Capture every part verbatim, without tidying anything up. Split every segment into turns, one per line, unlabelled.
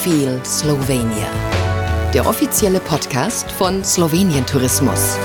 Feel Slovenia, der offizielle Podcast von Slowenien Tourismus.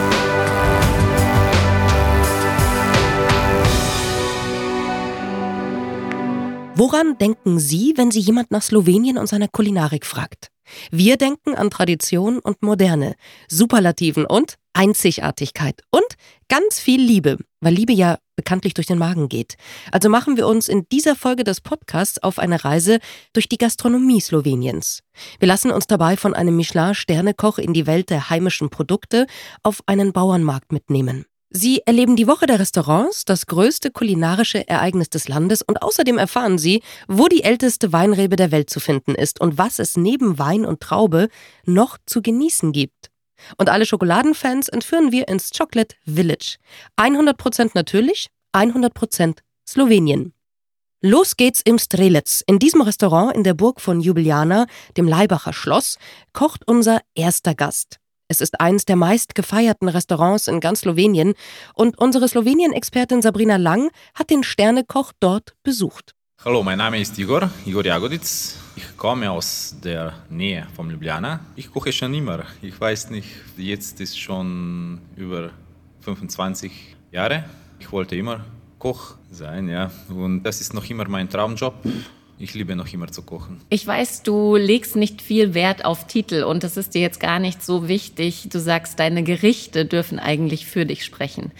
Woran denken Sie, wenn Sie jemand nach Slowenien und seiner Kulinarik fragt? Wir denken an Tradition und Moderne, Superlativen und Einzigartigkeit und ganz viel Liebe, weil Liebe ja bekanntlich durch den Magen geht. Also machen wir uns in dieser Folge des Podcasts auf eine Reise durch die Gastronomie Sloweniens. Wir lassen uns dabei von einem Michelin-Sternekoch in die Welt der heimischen Produkte auf einen Bauernmarkt mitnehmen. Sie erleben die Woche der Restaurants, das größte kulinarische Ereignis des Landes, und außerdem erfahren Sie, wo die älteste Weinrebe der Welt zu finden ist und was es neben Wein und Traube noch zu genießen gibt. Und alle Schokoladenfans entführen wir ins Chocolate Village. hundert Prozent natürlich, hundert Prozent Slowenien. Los geht's im Strelec. In diesem Restaurant in der Burg von Ljubljana, dem Laibacher Schloss, kocht unser erster Gast. Es ist eines der meist gefeierten Restaurants in ganz Slowenien und unsere Slowenien-Expertin Sabrina Lang hat den Sternekoch dort besucht.
Hallo, mein Name ist Igor, Igor Jagodic. Ich komme aus der Nähe von Ljubljana. Ich koche schon immer. Ich weiß nicht, jetzt ist schon über fünfundzwanzig Jahre. Ich wollte immer Koch sein, ja. Und das ist noch immer mein Traumjob. Ich liebe noch immer zu kochen.
Ich weiß, du legst nicht viel Wert auf Titel und das ist dir jetzt gar nicht so wichtig. Du sagst, deine Gerichte dürfen eigentlich für dich sprechen.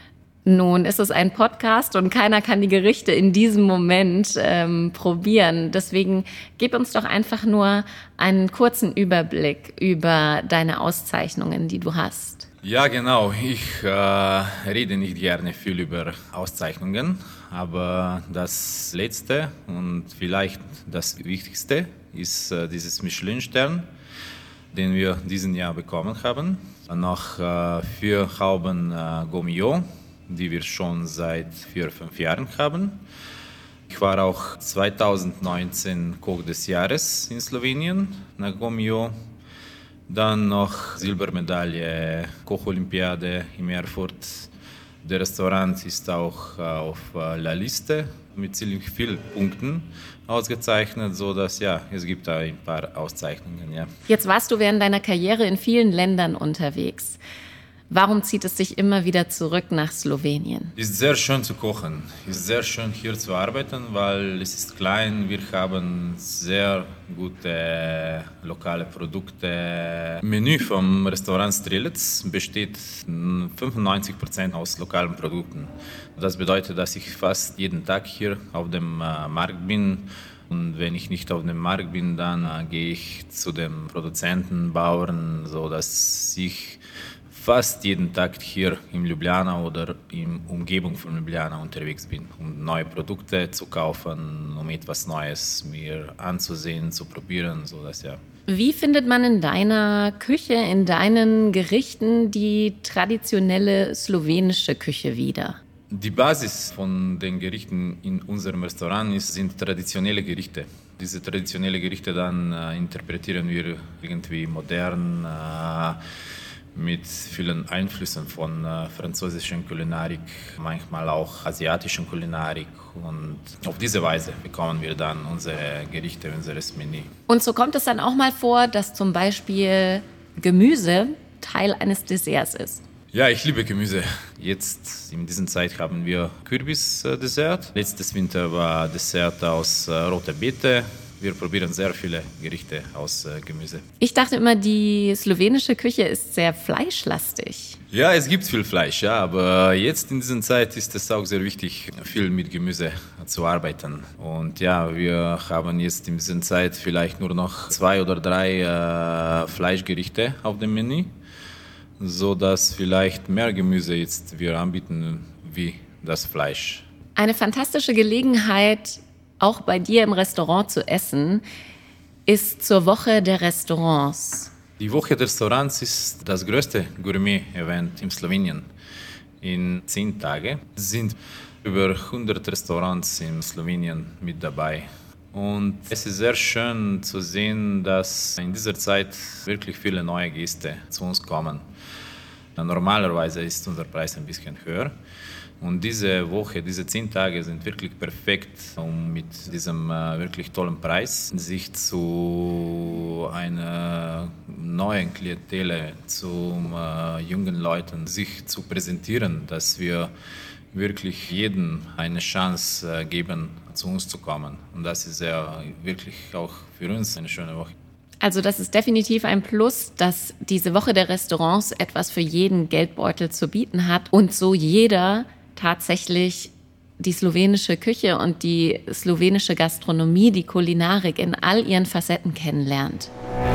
Nun ist es ein Podcast und keiner kann die Gerichte in diesem Moment ähm, probieren. Deswegen gib uns doch einfach nur einen kurzen Überblick über deine Auszeichnungen, die du hast.
Ja, genau. Ich äh, rede nicht gerne viel über Auszeichnungen, aber das Letzte und vielleicht das Wichtigste ist äh, dieses Michelin-Stern, den wir diesen Jahr bekommen haben. Noch äh, vier Hauben äh, Gomio, die wir schon seit vier, fünf Jahren haben. Ich war auch zweitausendneunzehn Koch des Jahres in Slowenien nach Gomio. Dann noch Silbermedaille, Koch-Olympiade in Erfurt. Der Restaurant ist auch auf der Liste mit ziemlich vielen Punkten ausgezeichnet, sodass ja, es gibt da ein paar Auszeichnungen. Ja.
Jetzt warst du während deiner Karriere in vielen Ländern unterwegs. Warum zieht es sich immer wieder zurück nach Slowenien?
Es ist sehr schön zu kochen. Es ist sehr schön hier zu arbeiten, weil es ist klein. Wir haben sehr gute lokale Produkte. Das Menü vom Restaurant Strelec besteht fünfundneunzig Prozent aus lokalen Produkten. Das bedeutet, dass ich fast jeden Tag hier auf dem Markt bin. Und wenn ich nicht auf dem Markt bin, dann äh, gehe ich zu den Produzenten, Bauern, sodass ich fast jeden Tag hier in Ljubljana oder in der Umgebung von Ljubljana unterwegs bin, um neue Produkte zu kaufen, um etwas Neues mir anzusehen, zu probieren, sodass ja.
Wie findet man in deiner Küche, in deinen Gerichten die traditionelle slowenische Küche wieder?
Die Basis von den Gerichten in unserem Restaurant ist, sind traditionelle Gerichte. Diese traditionellen Gerichte dann äh, interpretieren wir irgendwie modern, äh, mit vielen Einflüssen von äh, französischer Kulinarik, manchmal auch asiatischer Kulinarik. Und auf diese Weise bekommen wir dann unsere Gerichte, unser Menü.
Und so kommt es dann auch mal vor, dass zum Beispiel Gemüse Teil eines Desserts ist.
Ja, ich liebe Gemüse. Jetzt in dieser Zeit haben wir Kürbis-Dessert. Letztes Winter war Dessert aus äh, roter Beete. Wir probieren sehr viele Gerichte aus äh, Gemüse.
Ich dachte immer, die slowenische Küche ist sehr fleischlastig.
Ja, es gibt viel Fleisch, ja, aber jetzt in dieser Zeit ist es auch sehr wichtig, viel mit Gemüse zu arbeiten. Und ja, wir haben jetzt in dieser Zeit vielleicht nur noch zwei oder drei äh, Fleischgerichte auf dem Menü, sodass vielleicht mehr Gemüse jetzt wir anbieten wie das Fleisch.
Eine fantastische Gelegenheit, auch bei dir im Restaurant zu essen, ist zur Woche der Restaurants.
Die Woche der Restaurants ist das größte Gourmet-Event in Slowenien. In zehn Tagen sind über hundert Restaurants in Slowenien mit dabei. Und es ist sehr schön zu sehen, dass in dieser Zeit wirklich viele neue Gäste zu uns kommen. Normalerweise ist unser Preis ein bisschen höher. Und diese Woche, diese zehn Tage sind wirklich perfekt, um mit diesem äh, wirklich tollen Preis sich zu einer neuen Klientel, zu äh, jungen Leuten, sich zu präsentieren, dass wir wirklich jedem eine Chance äh, geben, zu uns zu kommen. Und das ist ja wirklich auch für uns eine schöne Woche.
Also das ist definitiv ein Plus, dass diese Woche der Restaurants etwas für jeden Geldbeutel zu bieten hat und so jeder tatsächlich die slowenische Küche und die slowenische Gastronomie, die Kulinarik in all ihren Facetten kennenlernt.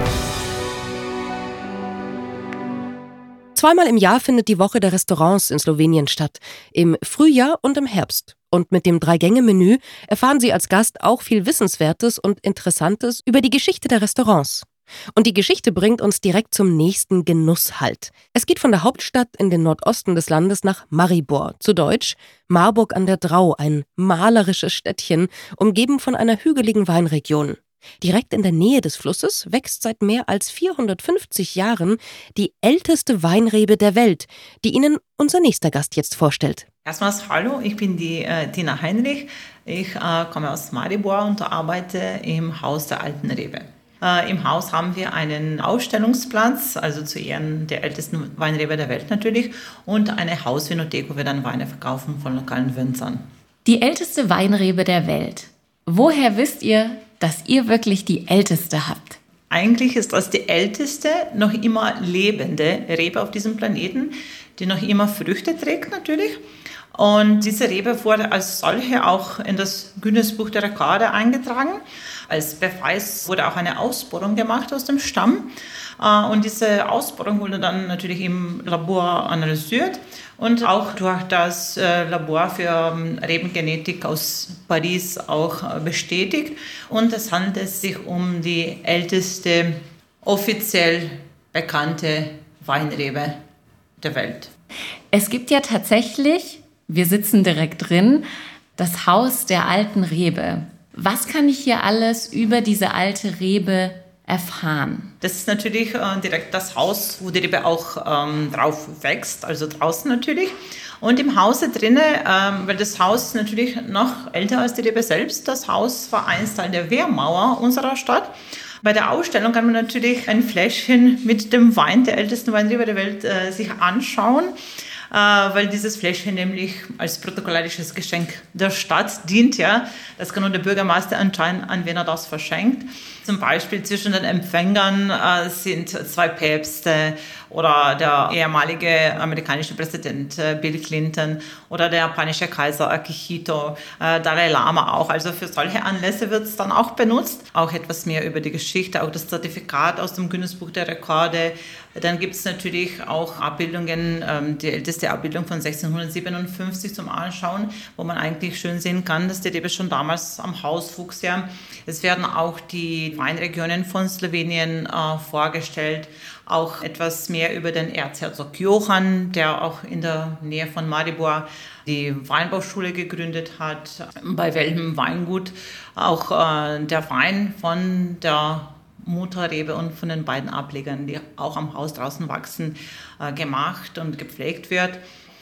Zweimal im Jahr findet die Woche der Restaurants in Slowenien statt, im Frühjahr und im Herbst. Und mit dem Drei-Gänge-Menü erfahren Sie als Gast auch viel Wissenswertes und Interessantes über die Geschichte der Restaurants. Und die Geschichte bringt uns direkt zum nächsten Genusshalt. Es geht von der Hauptstadt in den Nordosten des Landes nach Maribor, zu Deutsch Marburg an der Drau, ein malerisches Städtchen, umgeben von einer hügeligen Weinregion. Direkt in der Nähe des Flusses wächst seit mehr als vierhundertfünfzig Jahren die älteste Weinrebe der Welt, die Ihnen unser nächster Gast jetzt vorstellt.
Erstmals hallo, ich bin die äh, Tina Heinrich. Ich äh, komme aus Maribor und arbeite im Haus der Alten Rebe. Äh, Im Haus haben wir einen Ausstellungsplatz, also zu Ehren der ältesten Weinrebe der Welt natürlich, und eine Hausvinothek, wo wir dann Weine verkaufen von lokalen Winzern.
Die älteste Weinrebe der Welt. Woher wisst ihr, dass ihr wirklich die älteste habt?
Eigentlich ist das die älteste, noch immer lebende Rebe auf diesem Planeten, die noch immer Früchte trägt natürlich. Und diese Rebe wurde als solche auch in das Guinness-Buch der Rekorde eingetragen. Als Beweis wurde auch eine Ausbohrung gemacht aus dem Stamm. Und diese Ausbohrung wurde dann natürlich im Labor analysiert und auch durch das Labor für Rebengenetik aus Paris auch bestätigt. Und es handelt sich um die älteste offiziell bekannte Weinrebe der Welt.
Es gibt ja tatsächlich, wir sitzen direkt drin, das Haus der alten Rebe. Was kann ich hier alles über diese alte Rebe erfahren?
Das ist natürlich äh, direkt das Haus, wo die Rebe auch ähm, drauf wächst, also draußen natürlich. Und im Hause drinnen, ähm, weil das Haus ist natürlich noch älter als die Rebe selbst, das Haus war einst Teil der Wehrmauer unserer Stadt. Bei der Ausstellung kann man natürlich ein Fläschchen mit dem Wein der ältesten Weinrebe der Welt äh, sich anschauen. Äh, weil dieses Fläschchen nämlich als protokollarisches Geschenk der Stadt dient. Ja. Das kann nur der Bürgermeister entscheiden, an wen er das verschenkt. Zum Beispiel zwischen den Empfängern äh, sind zwei Päpste oder der ehemalige amerikanische Präsident äh, Bill Clinton oder der japanische Kaiser Akihito, äh, Dalai Lama auch. Also für solche Anlässe wird es dann auch benutzt. Auch etwas mehr über die Geschichte, auch das Zertifikat aus dem Guinness-Buch der Rekorde. Dann gibt es natürlich auch Abbildungen, ähm, die älteste Abbildung von sechzehnhundertsiebenundfünfzig zum Anschauen, wo man eigentlich schön sehen kann, dass die Rebe schon damals am Haus wuchs. Ja. Es werden auch die Weinregionen von Slowenien äh, vorgestellt, auch etwas mehr über den Erzherzog Johann, der auch in der Nähe von Maribor die Weinbauschule gegründet hat, bei welchem Weingut auch äh, der Wein von der Mutterrebe und von den beiden Ablegern, die auch am Haus draußen wachsen, äh, gemacht und gepflegt wird.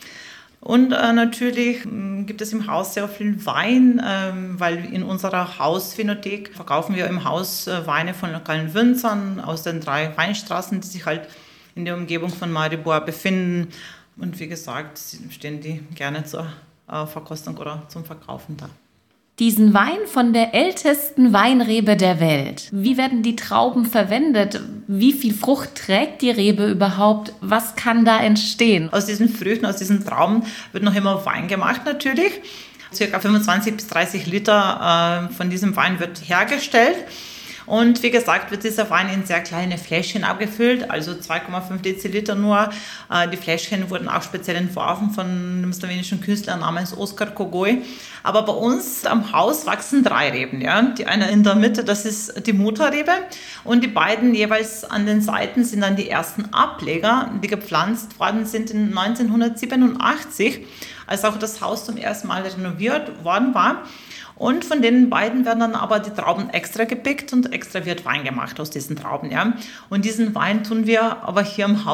Und äh, natürlich äh, gibt es im Haus sehr viel Wein, äh, weil in unserer Hausvinothek verkaufen wir im Haus äh, Weine von lokalen Winzern aus den drei Weinstraßen, die sich halt in der Umgebung von Maribor befinden. Und wie gesagt, stehen die gerne zur äh, Verkostung oder zum Verkaufen da.
Diesen Wein von der ältesten Weinrebe der Welt. Wie werden die Trauben verwendet? Wie viel Frucht trägt die Rebe überhaupt? Was kann da entstehen?
Aus diesen Früchten, aus diesen Trauben wird noch immer Wein gemacht natürlich. Circa fünfundzwanzig bis dreißig Liter äh, von diesem Wein wird hergestellt. Und wie gesagt, wird dieser Wein in sehr kleine Fläschchen abgefüllt, also zwei Komma fünf Deziliter nur. Die Fläschchen wurden auch speziell entworfen von einem slowenischen Künstler namens Oskar Kogoj. Aber bei uns am Haus wachsen drei Reben. Ja? Die eine in der Mitte, das ist die Mutterrebe. Und die beiden jeweils an den Seiten sind dann die ersten Ableger, die gepflanzt worden sind in neunzehnhundertsiebenundachtzig, als auch das Haus zum ersten Mal renoviert worden war. Und von den beiden werden dann aber die Trauben extra gepickt und extra wird Wein gemacht aus diesen Trauben. Ja. Und diesen Wein tun wir aber hier im Haus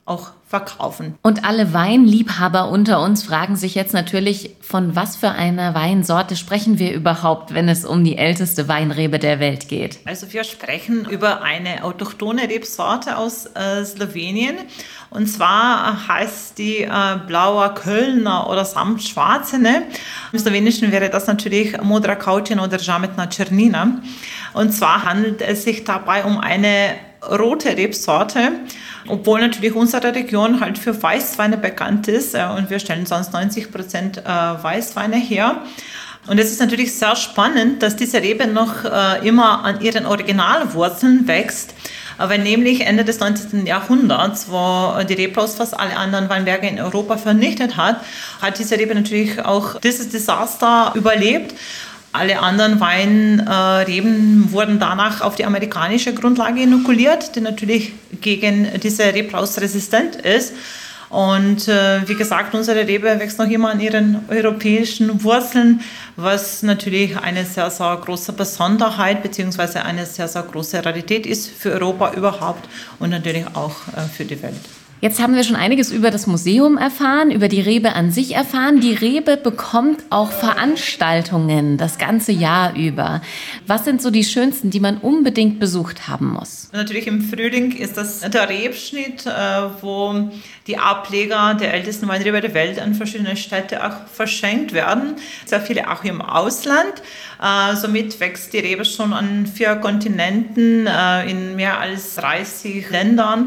auch verkaufen.
Und alle Weinliebhaber unter uns fragen sich jetzt natürlich, von was für einer Weinsorte sprechen wir überhaupt, wenn es um die älteste Weinrebe der Welt geht?
Also wir sprechen über eine autochthone Rebsorte aus äh, Slowenien. Und zwar heißt die äh, Blauer Kölner oder Samtschwarzene. Im Slowenischen wäre das natürlich Modra Kaučina oder Žametna Černina. Und zwar handelt es sich dabei um eine rote Rebsorte, obwohl natürlich unsere Region halt für Weißweine bekannt ist und wir stellen sonst neunzig Prozent Weißweine her. Und es ist natürlich sehr spannend, dass diese Rebe noch immer an ihren Originalwurzeln wächst, weil nämlich Ende des neunzehnten Jahrhunderts, wo die Reblaus fast alle anderen Weinberge in Europa vernichtet hat, hat diese Rebe natürlich auch dieses Desaster überlebt. Alle anderen Weinreben äh, wurden danach auf die amerikanische Grundlage inokuliert, die natürlich gegen diese Reblaus resistent ist. Und äh, wie gesagt, unsere Rebe wächst noch immer an ihren europäischen Wurzeln, was natürlich eine sehr, sehr große Besonderheit bzw. eine sehr, sehr große Rarität ist für Europa überhaupt und natürlich auch äh, für die Welt.
Jetzt haben wir schon einiges über das Museum erfahren, über die Rebe an sich erfahren. Die Rebe bekommt auch Veranstaltungen das ganze Jahr über. Was sind so die schönsten, die man unbedingt besucht haben muss?
Natürlich im Frühling ist das der Rebschnitt, wo die Ableger der ältesten Weinrebe der Welt an verschiedene Städte auch verschenkt werden. Sehr viele auch im Ausland. Somit wächst die Rebe schon an vier Kontinenten in mehr als dreißig Ländern.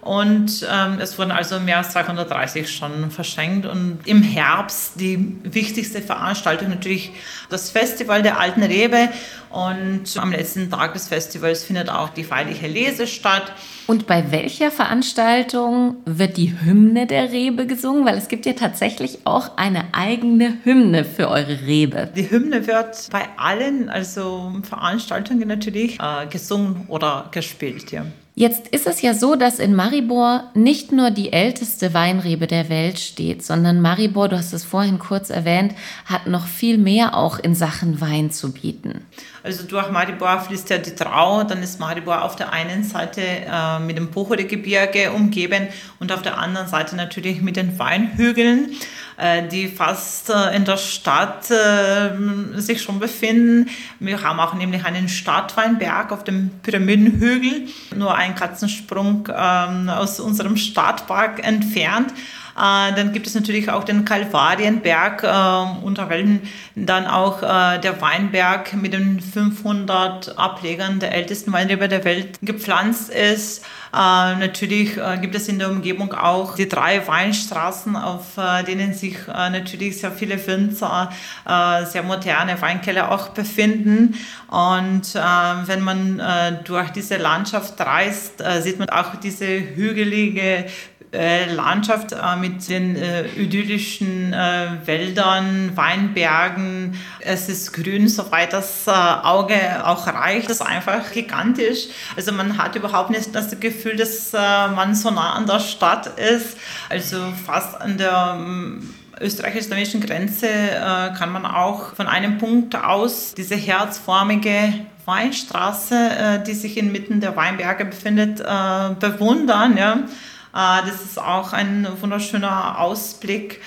Und ähm, es wurden also mehr als zweihundertdreißig schon verschenkt. Und im Herbst die wichtigste Veranstaltung natürlich das Festival der Alten Rebe. Und am letzten Tag des Festivals findet auch die feierliche Lese statt.
Und bei welcher Veranstaltung wird die Hymne der Rebe gesungen? Weil es gibt ja tatsächlich auch eine eigene Hymne für eure Rebe.
Die Hymne wird bei allen also Veranstaltungen natürlich äh, gesungen oder gespielt, ja.
Jetzt ist es ja so, dass in Maribor nicht nur die älteste Weinrebe der Welt steht, sondern Maribor, du hast es vorhin kurz erwähnt, hat noch viel mehr auch in Sachen Wein zu bieten.
Also durch Maribor fließt ja die Drau, dann ist Maribor auf der einen Seite äh, mit dem Pohore-Gebirge umgeben und auf der anderen Seite natürlich mit den Weinhügeln, äh, die fast äh, in der Stadt äh, sich schon befinden. Wir haben auch nämlich einen Stadtweinberg auf dem Pyramidenhügel, nur einen Katzensprung äh, aus unserem Stadtpark entfernt. Äh, dann gibt es natürlich auch den Kalvarienberg, äh, unter welchem dann auch äh, der Weinberg mit den fünfhundert Ablegern der ältesten Weinrebe der Welt gepflanzt ist. Äh, natürlich äh, gibt es in der Umgebung auch die drei Weinstraßen, auf äh, denen sich äh, natürlich sehr viele Winzer, äh, sehr moderne Weinkeller auch befinden. Und äh, wenn man äh, durch diese Landschaft reist, äh, sieht man auch diese hügelige Landschaft äh, mit den äh, idyllischen äh, Wäldern, Weinbergen. Es ist grün, soweit das äh, Auge auch reicht. Das ist einfach gigantisch. Also man hat überhaupt nicht das Gefühl, dass äh, man so nah an der Stadt ist. Also fast an der ähm, österreichisch-slowenischen Grenze äh, kann man auch von einem Punkt aus diese herzförmige Weinstraße, äh, die sich inmitten der Weinberge befindet, äh, bewundern. Ja. Das ist auch ein wunderschöner Ausblick.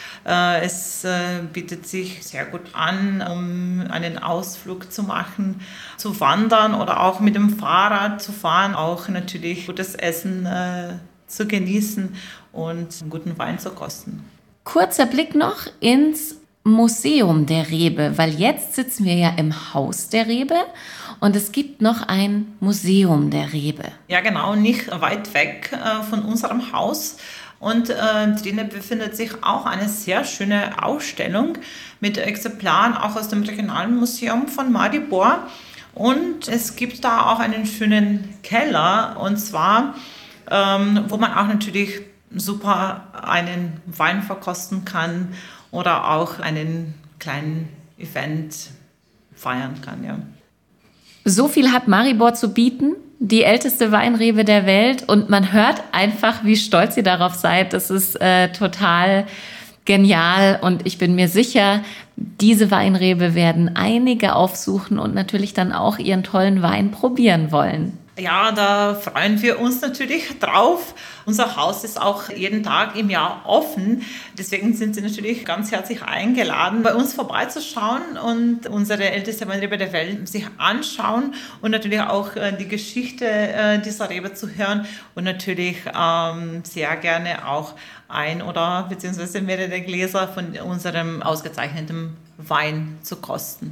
Es bietet sich sehr gut an, um einen Ausflug zu machen, zu wandern oder auch mit dem Fahrrad zu fahren, auch natürlich gutes Essen zu genießen und guten Wein zu kosten.
Kurzer Blick noch ins Museum der Rebe, weil jetzt sitzen wir ja im Haus der Rebe und es gibt noch ein Museum der Rebe.
Ja, genau, nicht weit weg äh, von unserem Haus. Und äh, drinnen befindet sich auch eine sehr schöne Ausstellung mit Exemplaren auch aus dem Regionalmuseum von Maribor. Und es gibt da auch einen schönen Keller, und zwar, ähm, wo man auch natürlich super einen Wein verkosten kann oder auch einen kleinen Event feiern kann, ja.
So viel hat Maribor zu bieten, die älteste Weinrebe der Welt, und man hört einfach, wie stolz ihr darauf seid. Das ist äh, total genial und ich bin mir sicher, diese Weinrebe werden einige aufsuchen und natürlich dann auch ihren tollen Wein probieren wollen.
Ja, da freuen wir uns natürlich drauf. Unser Haus ist auch jeden Tag im Jahr offen. Deswegen sind Sie natürlich ganz herzlich eingeladen, bei uns vorbeizuschauen und unsere älteste Weinrebe der Welt sich anschauen und natürlich auch die Geschichte dieser Rebe zu hören und natürlich ähm, sehr gerne auch ein oder beziehungsweise mehrere Gläser von unserem ausgezeichneten Wein zu kosten.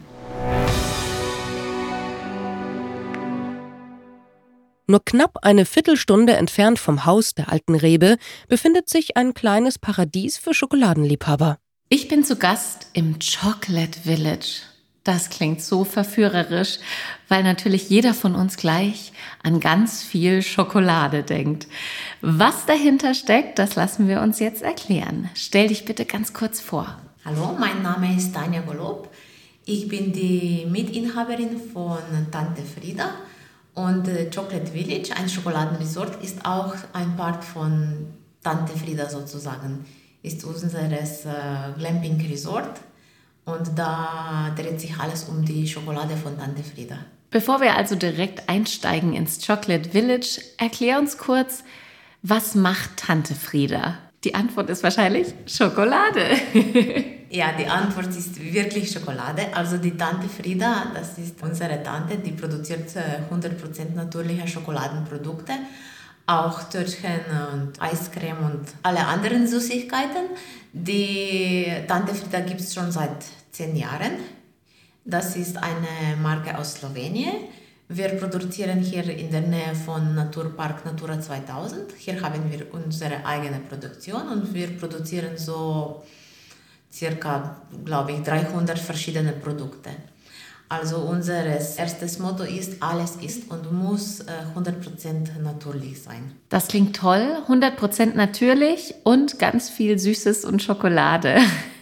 Nur knapp eine Viertelstunde entfernt vom Haus der alten Rebe befindet sich ein kleines Paradies für Schokoladenliebhaber.
Ich bin zu Gast im Chocolate Village. Das klingt so verführerisch, weil natürlich jeder von uns gleich an ganz viel Schokolade denkt. Was dahinter steckt, das lassen wir uns jetzt erklären. Stell dich bitte ganz kurz vor.
Hallo, mein Name ist Tanja Golob. Ich bin die Mitinhaberin von Tante Frieda. Und äh, Chocolate Village, ein Schokoladenresort, ist auch ein Part von Tante Frieda sozusagen. Ist unseres äh, Glamping-Resort und da dreht sich alles um die Schokolade von Tante Frieda.
Bevor wir also direkt einsteigen ins Chocolate Village, erklär uns kurz, was macht Tante Frieda? Die Antwort ist wahrscheinlich Schokolade.
Ja, die Antwort ist wirklich Schokolade. Also die Tante Frieda, das ist unsere Tante, die produziert hundert Prozent natürliche Schokoladenprodukte, auch Törtchen und Eiscreme und alle anderen Süßigkeiten. Die Tante Frieda gibt es schon seit zehn Jahren. Das ist eine Marke aus Slowenien. Wir produzieren hier in der Nähe von Naturpark Natura zweitausend. Hier haben wir unsere eigene Produktion und wir produzieren so circa, glaube ich, dreihundert verschiedene Produkte. Also unser erstes Motto ist, alles ist und muss hundert Prozent natürlich sein.
Das klingt toll, hundert Prozent natürlich und ganz viel Süßes und Schokolade.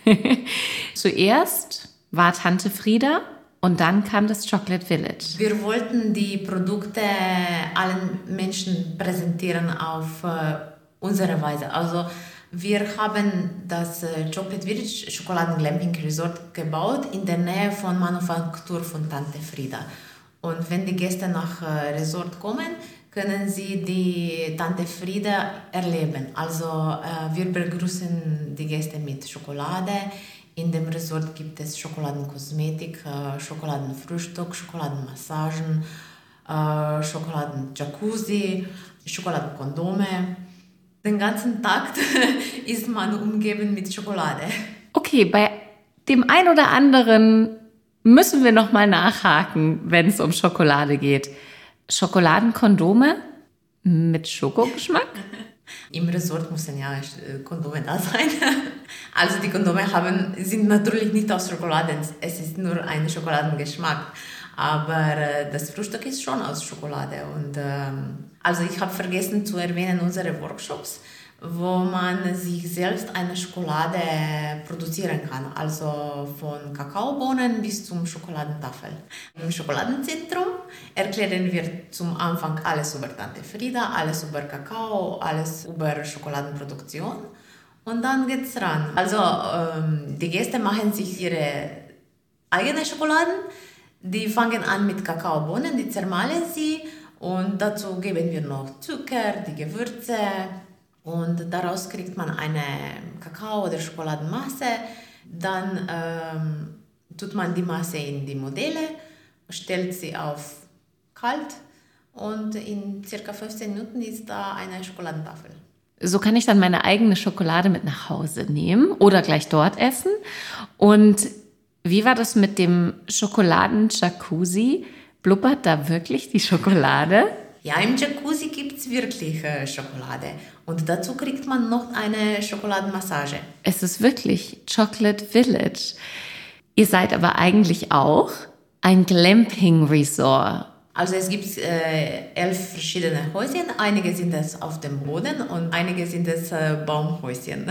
Zuerst war Tante Frieda und dann kam das Chocolate Village.
Wir wollten die Produkte allen Menschen präsentieren auf äh, unsere Weise. Also wir haben das äh, Chocolate Village Schokoladen Glamping Resort gebaut in der Nähe von Manufaktur von Tante Frieda. Und wenn die Gäste nach äh, Resort kommen, können sie die Tante Frieda erleben. Also äh, wir begrüßen die Gäste mit Schokolade. In dem Resort gibt es Schokoladenkosmetik, äh, Schokoladenfrühstück, Schokoladenmassagen, äh, Schokoladenjacuzzi, Schokoladenkondome. Den ganzen Tag ist man umgeben mit Schokolade.
Okay, bei dem ein oder anderen müssen wir noch mal nachhaken, wenn es um Schokolade geht. Schokoladenkondome mit Schokogeschmack?
Im Resort müssen ja Kondome da sein. Also die Kondome haben, sind natürlich nicht aus Schokolade, es ist nur ein Schokoladengeschmack. Aber das Frühstück ist schon aus Schokolade. Und, ähm, also ich habe vergessen zu erwähnen unsere Workshops, wo man sich selbst eine Schokolade produzieren kann. Also von Kakaobohnen bis zum Schokoladentafel. Im Schokoladenzentrum erklären wir zum Anfang alles über Tante Frieda, alles über Kakao, alles über Schokoladenproduktion. Und dann geht's ran. Also ähm, die Gäste machen sich ihre eigenen Schokoladen. Die fangen an mit Kakaobohnen, die zermahlen sie und dazu geben wir noch Zucker, die Gewürze und daraus kriegt man eine Kakao- oder Schokoladenmasse. Dann ähm, tut man die Masse in die Modelle, stellt sie auf kalt und in circa fünfzehn Minuten ist da eine Schokoladentafel.
So kann ich dann meine eigene Schokolade mit nach Hause nehmen oder gleich dort essen. Und wie war das mit dem Schokoladen-Jacuzzi? Blubbert da wirklich die Schokolade?
Ja, im Jacuzzi gibt es wirklich äh, Schokolade. Und dazu kriegt man noch eine Schokoladenmassage.
Es ist wirklich Chocolate Village. Ihr seid aber eigentlich auch ein Glamping-Resort.
Also es gibt äh, elf verschiedene Häuschen. Einige sind es auf dem Boden und einige sind es äh, Baumhäuschen.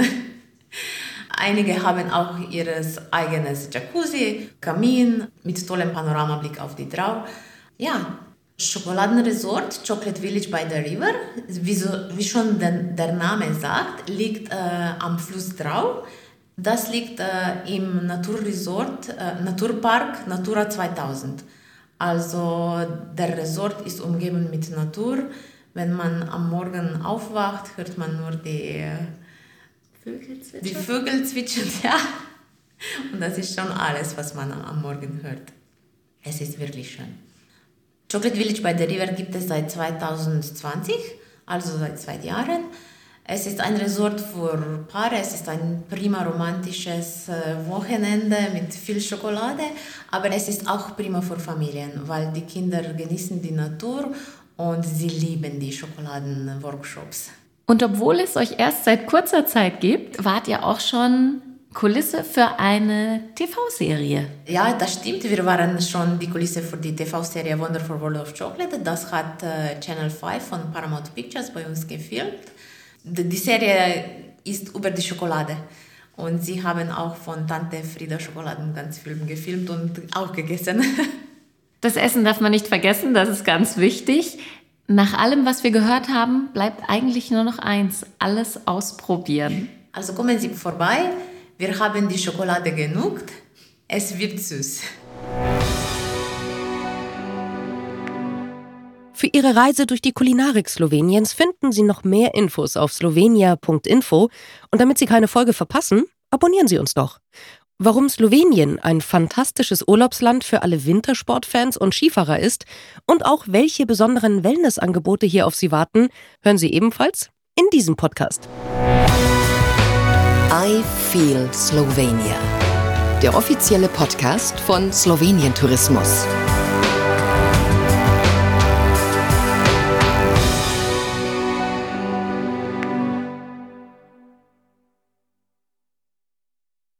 Einige haben auch ihr eigenes Jacuzzi, Kamin mit tollem Panoramablick auf die Drau. Ja, Schokoladenresort, Chocolate Village by the River, wie, so, wie schon der, der Name sagt, liegt äh, am Fluss Drau. Das liegt äh, im Naturresort, äh, Naturpark Natura zweitausend. Also der Resort ist umgeben mit Natur. Wenn man am Morgen aufwacht, hört man nur die
Vögel zwitschern.
Die Vögel zwitschern, ja. Und das ist schon alles, was man am Morgen hört. Es ist wirklich schön. Chocolate Village by the River gibt es seit zwanzig zwanzig, also seit zwei Jahren. Es ist ein Resort für Paare, es ist ein prima romantisches Wochenende mit viel Schokolade, aber es ist auch prima für Familien, weil die Kinder genießen die Natur und sie lieben die Schokoladenworkshops.
Und obwohl es euch erst seit kurzer Zeit gibt, wart ihr auch schon Kulisse für eine T V-Serie.
Ja, das stimmt. Wir waren schon die Kulisse für die T V-Serie Wonderful World of Chocolate. Das hat äh, Channel fünf von Paramount Pictures bei uns gefilmt. Die Serie ist über die Schokolade. Und sie haben auch von Tante Frieda Schokoladen ganz viel gefilmt und auch gegessen.
Das Essen darf man nicht vergessen, das ist ganz wichtig. Nach allem, was wir gehört haben, bleibt eigentlich nur noch eins: alles ausprobieren.
Also kommen Sie vorbei, wir haben die Schokolade genug, es wird süß.
Für Ihre Reise durch die Kulinarik Sloweniens finden Sie noch mehr Infos auf slowenia punkt info. Und damit Sie keine Folge verpassen, abonnieren Sie uns doch. Warum Slowenien ein fantastisches Urlaubsland für alle Wintersportfans und Skifahrer ist und auch welche besonderen Wellnessangebote hier auf Sie warten, hören Sie ebenfalls in diesem Podcast.
I Feel Slovenia, der offizielle Podcast von Slowenien Tourismus.